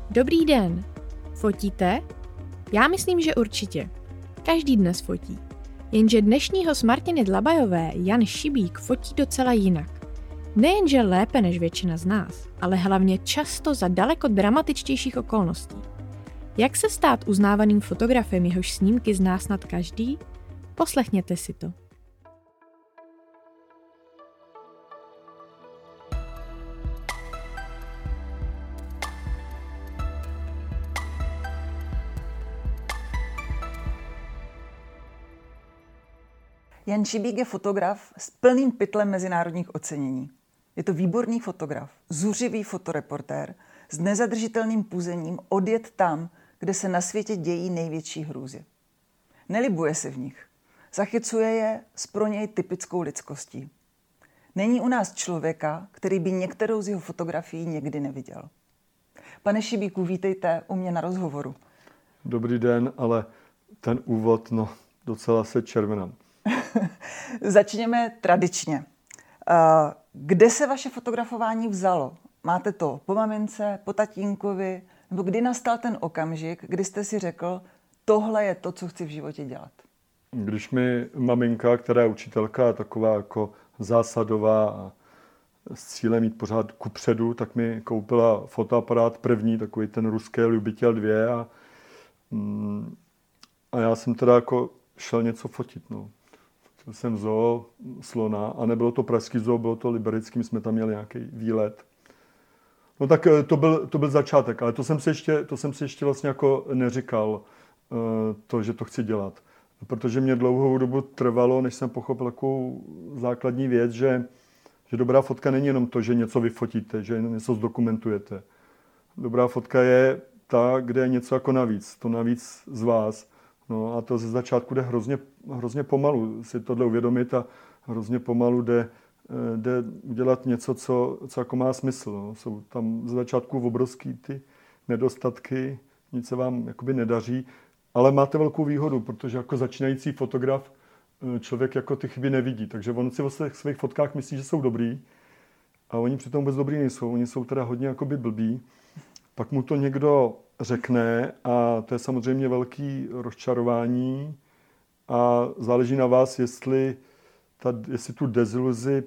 Dobrý den. Fotíte? Já myslím, že určitě. Každý dnes fotí. Jenže dnešní host Martiny Dlabajové, Jan Šibík, fotí docela jinak. Nejenže lépe než většina z nás, ale hlavně často za daleko dramatičtějších okolností. Jak se stát uznávaným fotografem, jehož snímky zná snad každý? Poslechněte si to. Jan Šibík je fotograf s plným pytlem mezinárodních ocenění. Je to výborný fotograf, zuřivý fotoreportér s nezadržitelným puzením odjet tam, kde se na světě dějí největší hrůzy. Nelibuje se v nich. Zachycuje je s pro něj typickou lidskostí. Není u nás člověka, který by některou z jeho fotografií někdy neviděl. Pane Šibíku, vítejte u mě na rozhovoru. Dobrý den, ale ten úvod, docela se červenám. Začněme tradičně. Kde se vaše fotografování vzalo? Máte to po mamince, po tatínkovi? Nebo kdy nastal ten okamžik, kdy jste si řekl, tohle je to, co chci v životě dělat? Když mi maminka, která je učitelka, taková jako zásadová a s cílem jít pořád kupředu, tak mi koupila fotoaparát první, takový ten ruský Ljubitel 2 a já jsem teda jako šel něco fotit. Fotil jsem zoo, slona a nebylo to pražský zoo, bylo to liberický, my jsme tam měli nějaký výlet. No tak to byl začátek, ale to jsem si ještě vlastně jako neříkal, že to chci dělat. Protože mě dlouhou dobu trvalo, než jsem pochopil takovou základní věc, že dobrá fotka není jenom to, že něco vyfotíte, že něco zdokumentujete. Dobrá fotka je ta, kde je něco jako navíc, to navíc z vás. No a to ze začátku jde hrozně pomalu si tohle uvědomit a hrozně pomalu jde udělat něco, co jako má smysl. No. Jsou tam ze začátku obrovský ty nedostatky, nic se vám jakoby nedaří, ale máte velkou výhodu, protože jako začínající fotograf člověk jako ty chyby nevidí, takže on si o svých fotkách myslí, že jsou dobrý a oni přitom vůbec dobrý nejsou, oni jsou teda hodně jakoby blbí. Pak mu to někdo řekne a to je samozřejmě velký rozčarování a záleží na vás, jestli tu deziluzi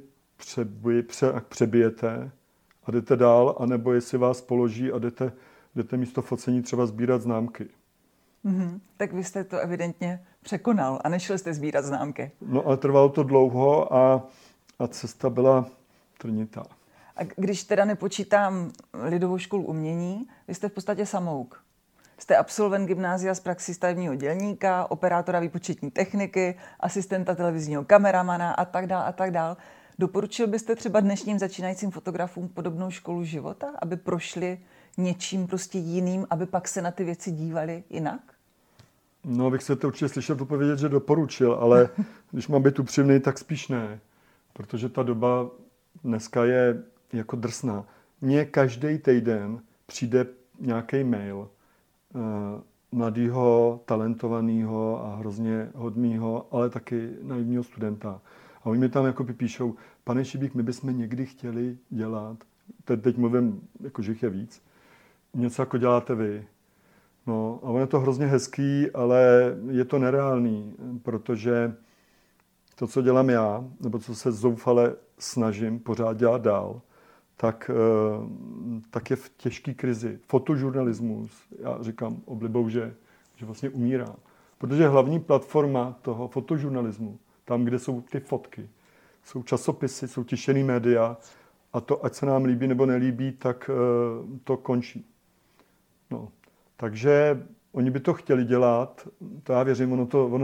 přebijete a jdete dál, anebo jestli vás položí a jdete místo focení třeba sbírat známky. Tak vy jste to evidentně překonal a nešli jste sbírat známky. No ale trvalo to dlouho a cesta byla trnitá. A když teda nepočítám Lidovou školu umění, vy jste v podstatě samouk. Jste absolvent gymnázia z praxí stavebního dělníka, operátora výpočetní techniky, asistenta televizního kameramana a tak dál. Doporučil byste třeba dnešním začínajícím fotografům podobnou školu života, aby prošli něčím prostě jiným, aby pak se na ty věci dívali jinak? No, abych se to určitě slyšel odpovědět, že doporučil, ale když mám být upřímný, tak spíš ne. Protože ta doba dneska je jako drsná. Mně každý týden přijde nějaký mail mladýho, talentovaného a hrozně hodného, ale taky naivního studenta. A oni mi tam jako píšou, pane Šibík, my bychom někdy chtěli dělat, teď mluvím, jako že jich je víc, něco jako děláte vy. No, a ono je to hrozně hezký, ale je to nereálný, protože to, co dělám já, nebo co se zoufale snažím pořád dělat dál, tak je v těžké krizi. Fotožurnalismus, já říkám oblibou, že vlastně umírá. Protože hlavní platforma toho fotožurnalismu, tam, kde jsou ty fotky, jsou časopisy, jsou tištěný média a to, ať se nám líbí nebo nelíbí, tak to končí. No. Takže oni by to chtěli dělat, to já věřím,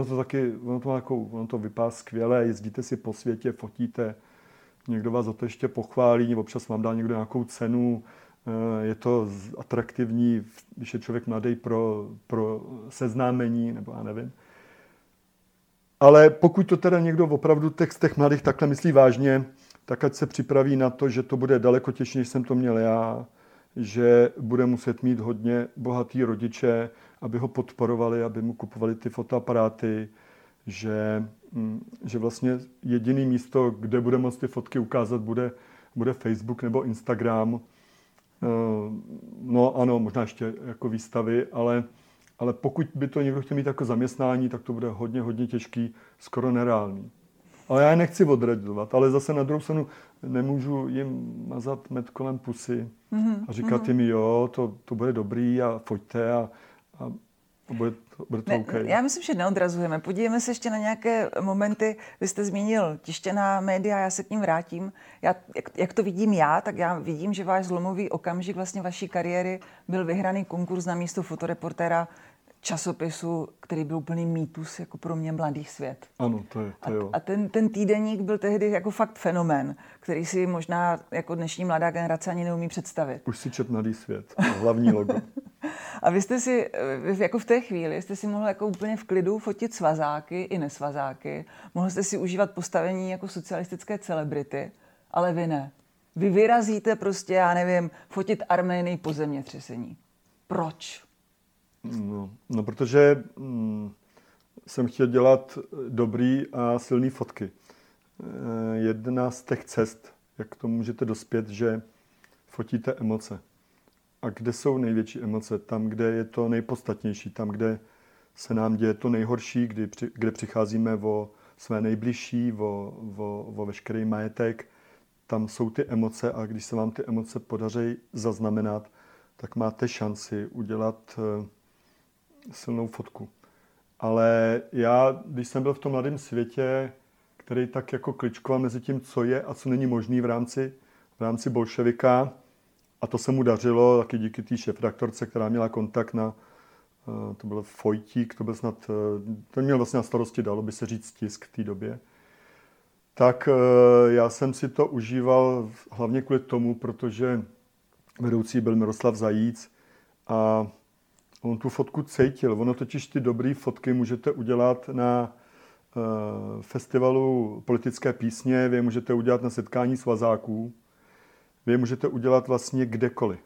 ono to vypadá skvěle, jezdíte si po světě, fotíte, někdo vás za to ještě pochválí, občas vám dá někdo nějakou cenu, je to atraktivní, když je člověk mladý pro seznámení, nebo já nevím. Ale pokud to teda někdo opravdu z těch mladých takhle myslí vážně, tak ať se připraví na to, že to bude daleko těžší, než jsem to měl já, že bude muset mít hodně bohatý rodiče, aby ho podporovali, aby mu kupovali ty fotoaparáty, že vlastně jediný místo, kde bude moct ty fotky ukázat, bude Facebook nebo Instagram. No ano, možná ještě jako výstavy, ale pokud by to někdo chtěl mít jako zaměstnání, tak to bude hodně, hodně těžký, skoro nereálný. Ale já je nechci odradovat, ale zase na druhou stranu nemůžu jim mazat med kolem pusy a říkat jim, jo, to bude dobrý a pojďte a bude to OK. Já myslím, že neodrazujeme. Podívejme se ještě na nějaké momenty. Vy jste zmínil tištěná média, já se k ním vrátím. Jak to vidím já, tak já vidím, že váš zlomový okamžik vlastně vaší kariéry byl vyhraný konkurs na místo fotoreportéra časopisu, který byl úplný mýtus jako pro mě Mladý svět. Ano, to jo. A ten týdeník byl tehdy jako fakt fenomén, který si možná jako dnešní mladá generace ani neumí představit. Už si čet Mladý svět, hlavní logo. A vy jste si, jako v té chvíli, jste si mohl jako úplně v klidu fotit svazáky i nesvazáky. Mohl jste si užívat postavení jako socialistické celebrity, ale vy ne. Vy vyrazíte prostě, já nevím, fotit Arménii po zemětřesení. Proč? No protože jsem chtěl dělat dobrý a silný fotky. Jedna z těch cest, jak to můžete dospět, že fotíte emoce. A kde jsou největší emoce? Tam, kde je to nejpodstatnější, tam, kde se nám děje to nejhorší, kde přicházíme o své nejbližší, o veškerý majetek. Tam jsou ty emoce a když se vám ty emoce podaří zaznamenat, tak máte šanci udělat silnou fotku. Ale já, když jsem byl v tom Mladém světě, který tak jako kličkoval mezi tím, co je a co není možný v rámci bolševika, a to se mu dařilo taky díky té šéfredaktorce, která měla kontakt to byl Fojtík, ten měl vlastně na starosti, dalo by se říct, tisk v té době. Tak já jsem si to užíval hlavně kvůli tomu, protože vedoucí byl Miroslav Zajíc a on tu fotku cítil. Ono totiž ty dobré fotky můžete udělat na festivalu politické písně, vy můžete udělat na setkání svazáků, vy je můžete udělat vlastně kdekoliv.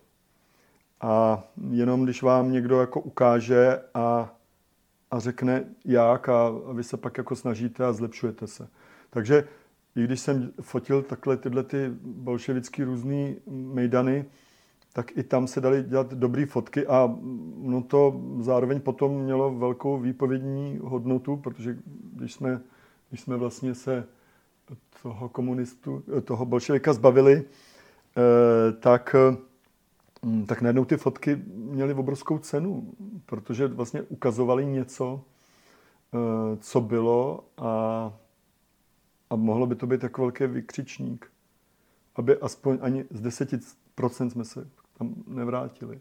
A jenom když vám někdo jako ukáže a řekne jak a vy se pak jako snažíte a zlepšujete se. Takže i když jsem fotil takhle tyhle ty bolševický různý mejdany, tak i tam se daly dělat dobré fotky a no to zároveň potom mělo velkou výpovědní hodnotu, protože když jsme vlastně se toho bolševika zbavili, tak najednou ty fotky měly obrovskou cenu, protože vlastně ukazovaly něco, co bylo a mohlo by to být jako velký vykřičník, aby aspoň ani z 10% jsme se tam nevrátili.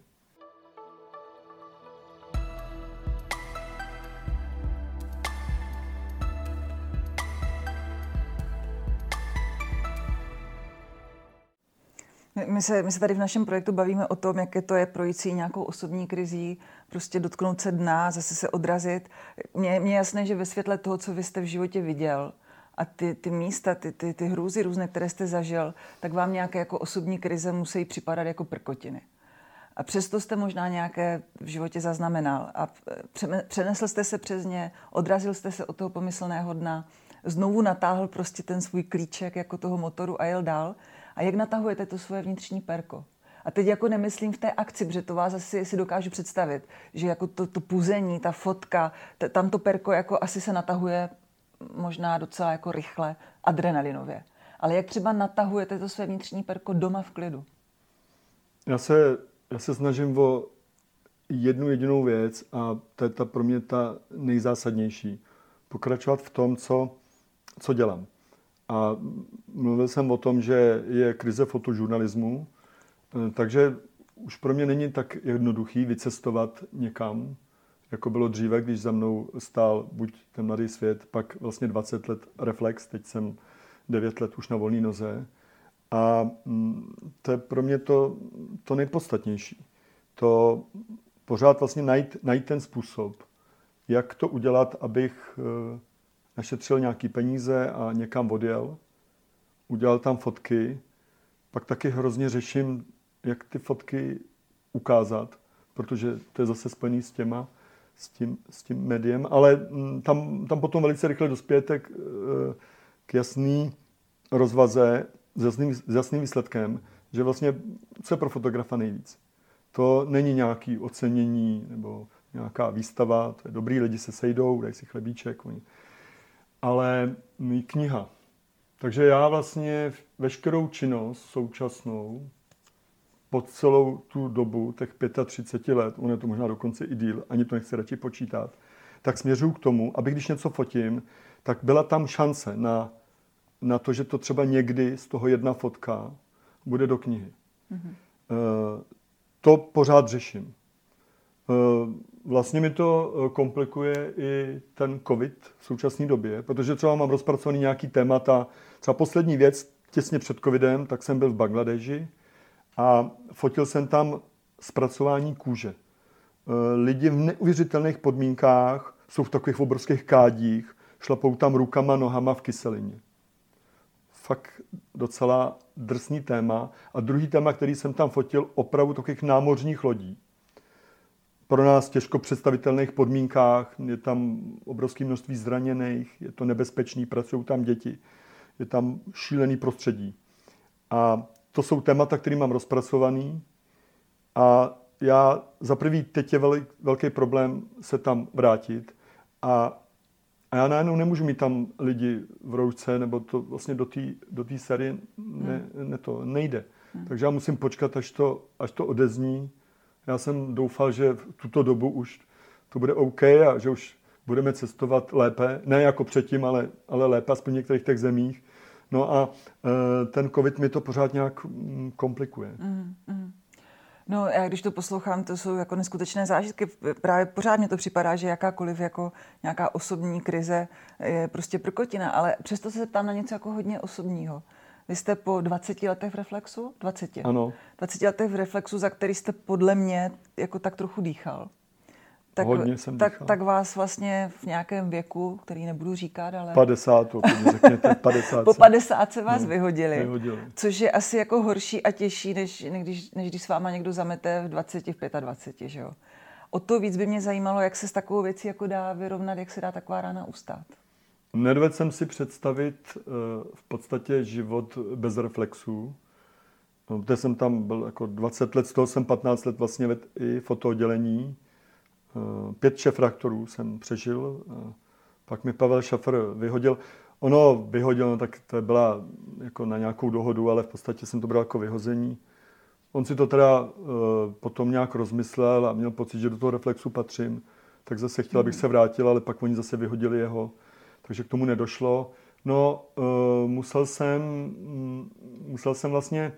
My se tady v našem projektu bavíme o tom, jaké to je projít si nějakou osobní krizí, prostě dotknout se dna, zase se odrazit. Mně je jasné, že ve světle toho, co vy jste v životě viděl a ty místa, ty hrůzy různé, které jste zažil, tak vám nějaké jako osobní krize musí připadat jako prkotiny. A přesto jste možná nějaké v životě zaznamenal a přenesl jste se přes ně, odrazil jste se od toho pomyslného dna, znovu natáhl prostě ten svůj klíček jako toho motoru a jel dál. A jak natahujete to svoje vnitřní perko? A teď jako nemyslím v té akci, protože to vás asi si dokážu představit, že jako to puzení, ta fotka, tam to perko jako asi se natahuje možná docela jako rychle, adrenalinově. Ale jak třeba natahujete to své vnitřní perko doma v klidu? Já se snažím o jednu jedinou věc a to je pro mě ta nejzásadnější. Pokračovat v tom, co dělám. A mluvil jsem o tom, že je krize fotožurnalismu, takže už pro mě není tak jednoduchý vycestovat někam, jako bylo dříve, když za mnou stál buď ten Mladý svět, pak vlastně 20 let Reflex, teď jsem 9 let už na volné noze. A to je pro mě to nejpodstatnější. To pořád vlastně najít ten způsob, jak to udělat, abych našetřil nějaký peníze a někam odjel, udělal tam fotky, pak taky hrozně řeším, jak ty fotky ukázat, protože to je zase spojený s tím médiem, ale tam potom velice rychle dospějete k jasný rozvaze, s jasným výsledkem, že vlastně co je pro fotografa nejvíc? To není nějaké ocenění nebo nějaká výstava, to je dobrý, lidi se sejdou, dají si chlebíček, ale kniha. Takže já vlastně veškerou činnost současnou po celou tu dobu, těch 35 let, ono je to možná dokonce i díl, ani to nechci radši počítat, tak směřuju k tomu, aby když něco fotím, tak byla tam šance na to, že to třeba někdy z toho jedna fotka bude do knihy. Mm-hmm. To pořád řeším. Vlastně mi to komplikuje i ten covid v současné době, protože třeba mám rozpracovaný nějaký témata. Třeba poslední věc, těsně před covidem, tak jsem byl v Bangladeži a fotil jsem tam zpracování kůže. Lidi v neuvěřitelných podmínkách jsou v takových obrovských kádích, šlapou tam rukama, nohama v kyselině. Fakt docela drsný téma. A druhý téma, který jsem tam fotil, opravu takových námořních lodí. Pro nás těžko představitelných podmínkách, je tam obrovské množství zraněných, je to nebezpečný, pracují tam děti, je tam šílený prostředí. A to jsou témata, které mám rozpracovaný. A já za prvý teď je velký problém se tam vrátit. A já najednou nemůžu mít tam lidi v roušce, nebo to vlastně do té série nejde. Takže já musím počkat, až to odezní. Já jsem doufal, že v tuto dobu už to bude OK a že už budeme cestovat lépe. Ne jako předtím, ale lépe, aspoň v některých těch zemích. No a ten covid mi to pořád nějak komplikuje. No, já když to poslouchám, to jsou jako neskutečné zážitky. Právě pořád mi to připadá, že jakákoliv jako nějaká osobní krize je prostě prkotina, ale přesto se ptám na něco jako hodně osobního. Vy jste po 20 letech v Reflexu? 20. Ano. 20 letech v Reflexu, za který jste podle mě jako tak trochu dýchal. Hodně jsem dýchal. Tak vás vlastně v nějakém věku, který nebudu říkat, ale... 50, to mi řekněte, 50. Po 50 se vás vyhodili. Což je asi jako horší a těžší, než když s váma někdo zamete v 20, v 25, že jo? O to víc by mě zajímalo, jak se s takovou věcí jako dá vyrovnat, jak se dá taková rána ustát. Nedovedl jsem si představit v podstatě život bez reflexů. Protože jsem tam byl jako 20 let, z toho jsem 15 let vlastně vedl i fotooddělení. 5 šefraktorů jsem přežil. Pak mi Pavel Šafr vyhodil. Vyhodil, tak to byla jako na nějakou dohodu, ale v podstatě jsem to bral jako vyhození. On si to teda potom nějak rozmyslel a měl pocit, že do toho reflexu patřím. Tak zase chtěl, abych se vrátil, ale pak oni zase vyhodili jeho. Takže k tomu nedošlo. No, musel jsem vlastně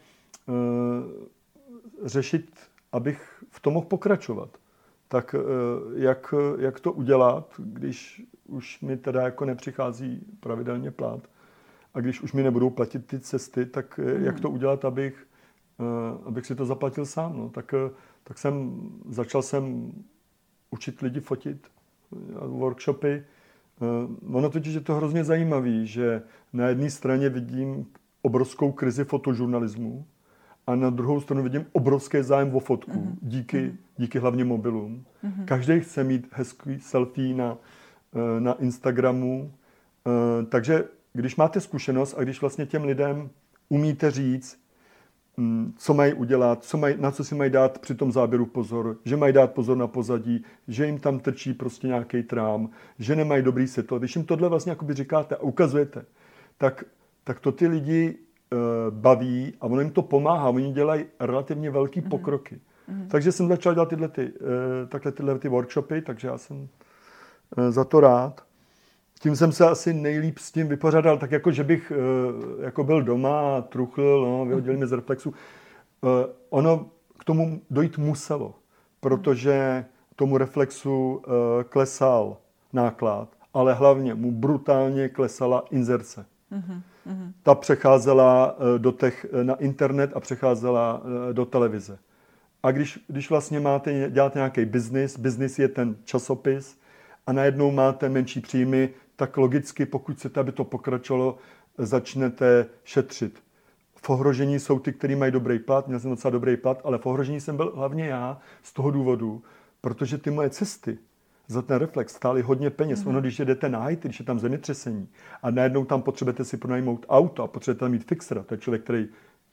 řešit, abych v tom mohl pokračovat. Tak jak to udělat, když už mi teda jako nepřichází pravidelně plat a když už mi nebudou platit ty cesty, tak jak to udělat, abych si to zaplatil sám. No. Tak začal jsem učit lidi fotit, workshopy. Ono totiž je to hrozně zajímavý, že na jedné straně vidím obrovskou krizi fotožurnalismu a na druhou stranu vidím obrovský zájem o fotku, díky hlavně mobilům. Každý chce mít hezký selfie na Instagramu. Takže když máte zkušenost a když vlastně těm lidem umíte říct, co mají udělat, na co si mají dát při tom záběru pozor, že mají dát pozor na pozadí, že jim tam trčí prostě nějaký trám, že nemají dobrý světlo. Když jim tohle vlastně jakoby říkáte a ukazujete, tak to ty lidi baví a ono jim to pomáhá. Oni dělají relativně velký pokroky. Takže jsem začal dělat tyhle workshopy, takže já jsem za to rád. Tím jsem se asi nejlíp s tím vypořádal, tak jako, že bych jako byl doma a truchlil, vyhodili mě z reflexu. Ono k tomu dojít muselo, protože tomu reflexu klesal náklad, ale hlavně mu brutálně klesala inzerce. Ta přecházela na internet a přecházela do televize. A když vlastně máte dělat nějaký biznis je ten časopis a najednou máte menší příjmy, tak logicky, pokud chcete, aby to pokračovalo, začnete šetřit. V ohrožení jsou ty, kteří mají dobrý plat, měl jsem docela dobrý plat, ale v ohrožení jsem byl hlavně já z toho důvodu, protože ty moje cesty za ten reflex stály hodně peněz. Ono, když jedete na Haiti, když je tam zemětřesení a najednou tam potřebujete si pronajmout auto a potřebujete tam mít fixera, to je člověk, který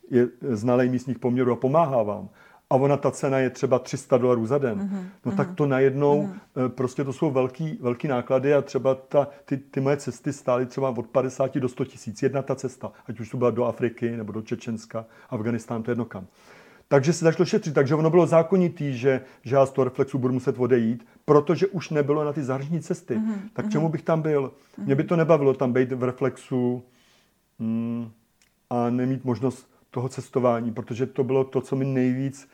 je znalej místních poměrů a pomáhá vám, a ona ta cena je třeba $300 za den, tak to najednou, prostě to jsou velký náklady a třeba ty moje cesty stály třeba od 50 do 100 tisíc. Jedna ta cesta, ať už to byla do Afriky nebo do Čečenska, Afganistán, to je jedno kam. Takže se začalo šetřit, takže ono bylo zákonitý, že já z toho Reflexu budu muset odejít, protože už nebylo na ty zahraniční cesty. Tak čemu bych tam byl? Mě by to nebavilo tam být v Reflexu a nemít možnost toho cestování, protože to bylo to, co mi nejvíc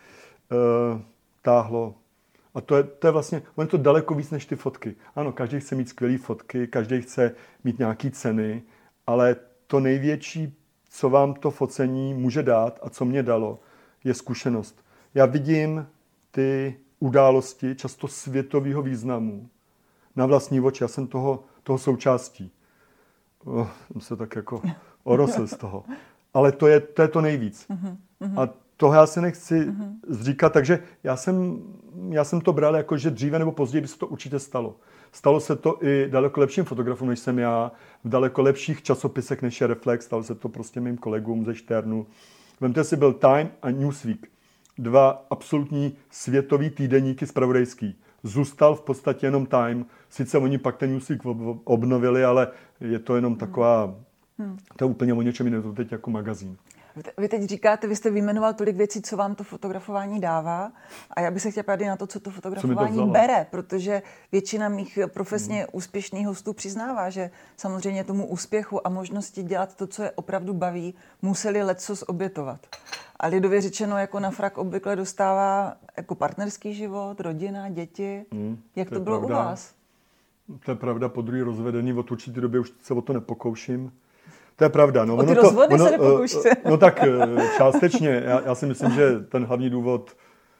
táhlo. A to je vlastně, je to daleko víc než ty fotky. Ano, každý chce mít skvělé fotky, každý chce mít nějaké ceny, ale to největší, co vám to focení může dát a co mě dalo, je zkušenost. Já vidím ty události, často světového významu, na vlastní oči. Já jsem toho součástí. Jsem se tak jako orosl z toho. Ale to je to nejvíc. A toho já se nechci zříkat, takže já jsem to bral jako, že dříve nebo později by se to určitě stalo. Stalo se to i daleko lepším fotografům, než jsem já, v daleko lepších časopisech, než je Reflex, stalo se to prostě mým kolegům ze Šternu. Vemte si, byl Time a Newsweek, 2 absolutní světový týdeníky zpravodajský. Zůstal v podstatě jenom Time, sice oni pak ten Newsweek obnovili, ale je to jenom taková, to je úplně o něčem jiném, to teď jako magazín. Vy teď říkáte, vy jste vyjmenoval tolik věcí, co vám to fotografování dává, a já bych se chtěla ptát na to, co to fotografování bere, protože většina mých profesně úspěšných hostů přiznává, že samozřejmě tomu úspěchu a možnosti dělat to, co je opravdu baví, museli lecos obětovat. A lidově řečeno, jako na frak obvykle dostává jako partnerský život, rodina, děti. Jak to bylo pravda. U vás? To je pravda, po druhý rozvedení od určitý doby už se o to nepokouším. To je pravda. No, o ty rozvody se nepokoušíte. No tak částečně. Já si myslím, že ten hlavní důvod,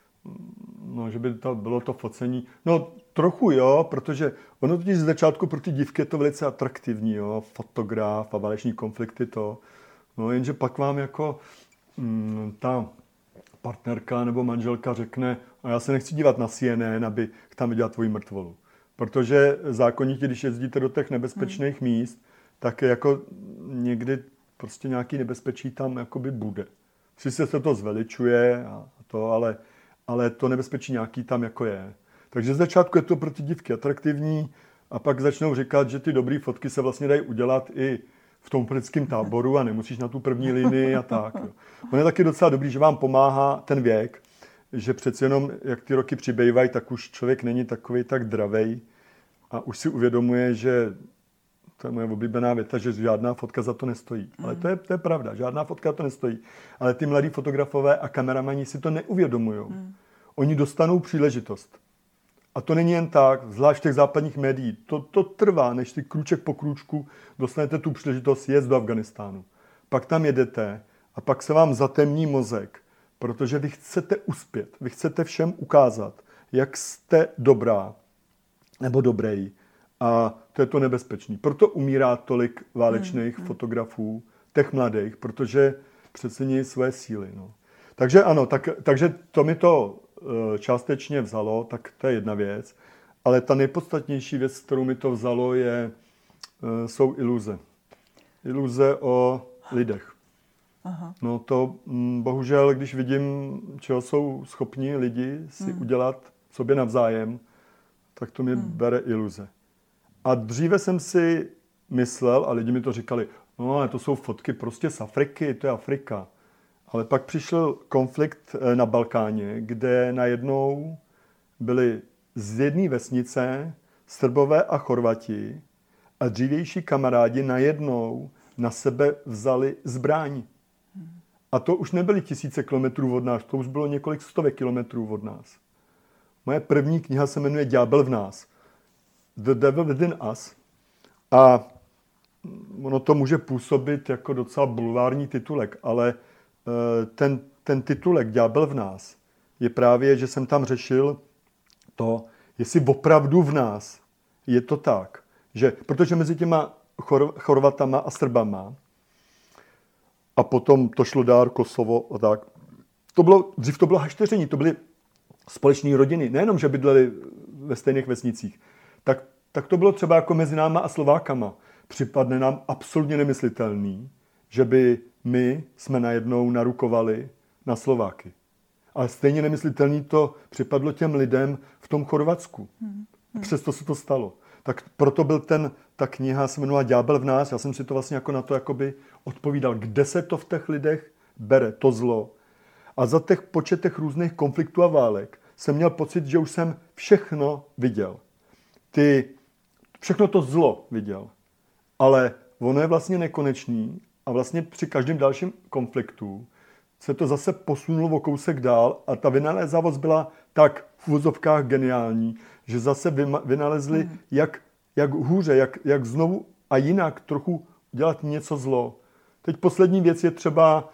že by to bylo to focení. No trochu jo, protože ono totiž z začátku pro ty dívky je to velice atraktivní, jo, fotograf a váleční konflikty to. No jenže pak vám jako ta partnerka nebo manželka řekne, a já se nechci dívat na CNN, aby tam viděla tvoji mrtvolu. Protože zákonitě, když jezdíte do těch nebezpečných míst, tak jako někdy prostě nějaký nebezpečí tam jakoby bude. Sice se to zveličuje a to, ale to nebezpečí nějaký tam jako je. Takže z začátku je to pro ty dívky atraktivní a pak začnou říkat, že ty dobré fotky se vlastně dají udělat i v tom uprchlickém táboru a nemusíš na tu první linii a tak. Jo. On je taky docela dobrý, že vám pomáhá ten věk, že přeci jenom, jak ty roky přibývají, tak už člověk není takový tak dravej a už si uvědomuje, že to je moje oblíbená věta, že žádná fotka za to nestojí. Ale to je pravda, žádná fotka za to nestojí. Ale ty mladí fotografové a kameramani si to neuvědomujou. Oni dostanou příležitost. A to není jen tak, zvlášť v těch západních médií. To trvá, než ty krůček po krůčku dostanete tu příležitost jet do Afganistánu. Pak tam jedete a pak se vám zatemní mozek, protože vy chcete uspět. Vy chcete všem ukázat, jak jste dobrá nebo dobrej. A to je to nebezpečný. Proto umírá tolik válečných fotografů, těch mladých, protože přecení své síly. No. Takže ano, takže to mi to částečně vzalo, tak to je jedna věc. Ale ta nejpodstatnější věc, kterou mi to vzalo, jsou iluze. Iluze o lidech. Aha. No to bohužel, když vidím, čeho jsou schopni lidi si udělat sobě navzájem, tak to mi bere iluze. A dříve jsem si myslel, a lidi mi to říkali, no to jsou fotky prostě z Afriky, to je Afrika. Ale pak přišel konflikt na Balkáně, kde najednou byli z jedné vesnice Srbové a Chorvati a dřívější kamarádi najednou na sebe vzali zbraň. A to už nebyly tisíce kilometrů od nás, to už bylo několik stovek kilometrů od nás. Moje první kniha se jmenuje Ďábel v nás. The Devil Within Us. A ono to může působit jako docela bulvární titulek, ale ten titulek Ďábel v nás je právě, že jsem tam řešil to, jestli opravdu v nás je to tak. Že, protože mezi těma Chorvatama a Srbama a potom to šlo dál Kosovo a tak. Dřív to bylo hašteření, to byly společné rodiny. Nejenom, že bydleli ve stejných vesnicích. Tak to bylo třeba jako mezi náma a Slovákama. Připadne nám absolutně nemyslitelný, že by my jsme najednou narukovali na Slováky. Ale stejně nemyslitelný to připadlo těm lidem v tom Chorvatsku. Přesto se to stalo. Tak proto byl ta kniha se jmenovala Ďábel v nás. Já jsem si to vlastně jako na to jakoby odpovídal, kde se to v těch lidech bere, to zlo. A za těch početech různých konfliktů a válek jsem měl pocit, že už jsem všechno viděl. Všechno to zlo viděl. Ale ono je vlastně nekonečný a vlastně při každém dalším konfliktu se to zase posunulo o kousek dál a ta vynalézavost byla tak v uvozovkách geniální, že zase vynalezli, jak hůře, jak znovu a jinak trochu dělat něco zlo. Teď poslední věc je třeba,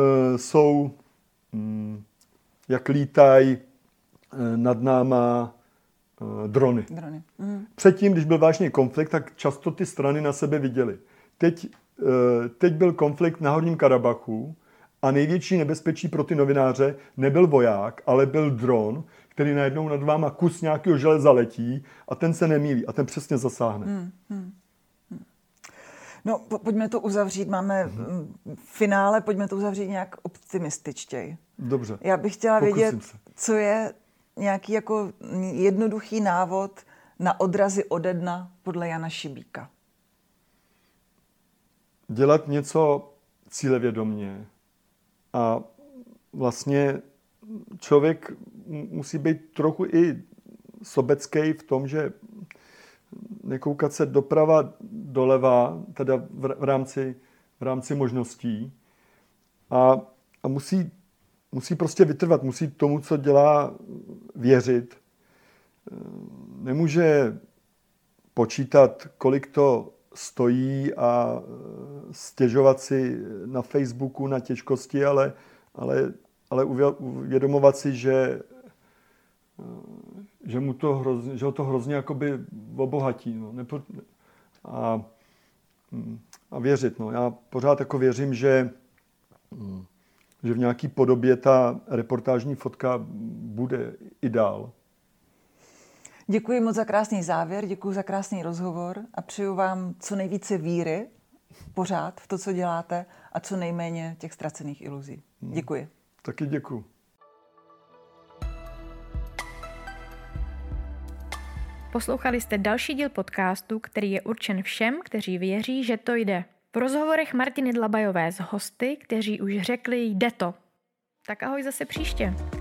jak lítají nad náma drony. Předtím, když byl vážný konflikt, tak často ty strany na sebe viděly. Teď byl konflikt na Horním Karabachu a největší nebezpečí pro ty novináře nebyl voják, ale byl dron, který najednou nad váma kus nějakého železa letí a ten se nemýlí a ten přesně zasáhne. No, pojďme to uzavřít. Máme finále, pojďme to uzavřít nějak optimističtěji. Dobře. Já bych chtěla vědět, co je nějaký jako jednoduchý návod na odrazy ode dna podle Jana Šibíka. Dělat něco cílevědomně. A vlastně člověk musí být trochu i sobecký v tom, že nekoukat se doprava, doleva, teda v rámci možností. A musí prostě vytrvat, musí tomu, co dělá, věřit. Nemůže počítat, kolik to stojí a stěžovat si na Facebooku na těžkosti, ale uvědomovat si, že ho to hrozně jakoby obohatí. No. A věřit. No. Já pořád jako věřím, že v nějaký podobě ta reportážní fotka bude i dál. Děkuji moc za krásný závěr, děkuji za krásný rozhovor a přeju vám co nejvíce víry pořád v to, co děláte a co nejméně těch ztracených iluzí. Děkuji. Taky děkuji. Poslouchali jste další díl podcastu, který je určen všem, kteří věří, že to jde. V rozhovorech Martiny Dlabajové s hosty, kteří už řekli jde to. Tak ahoj zase příště.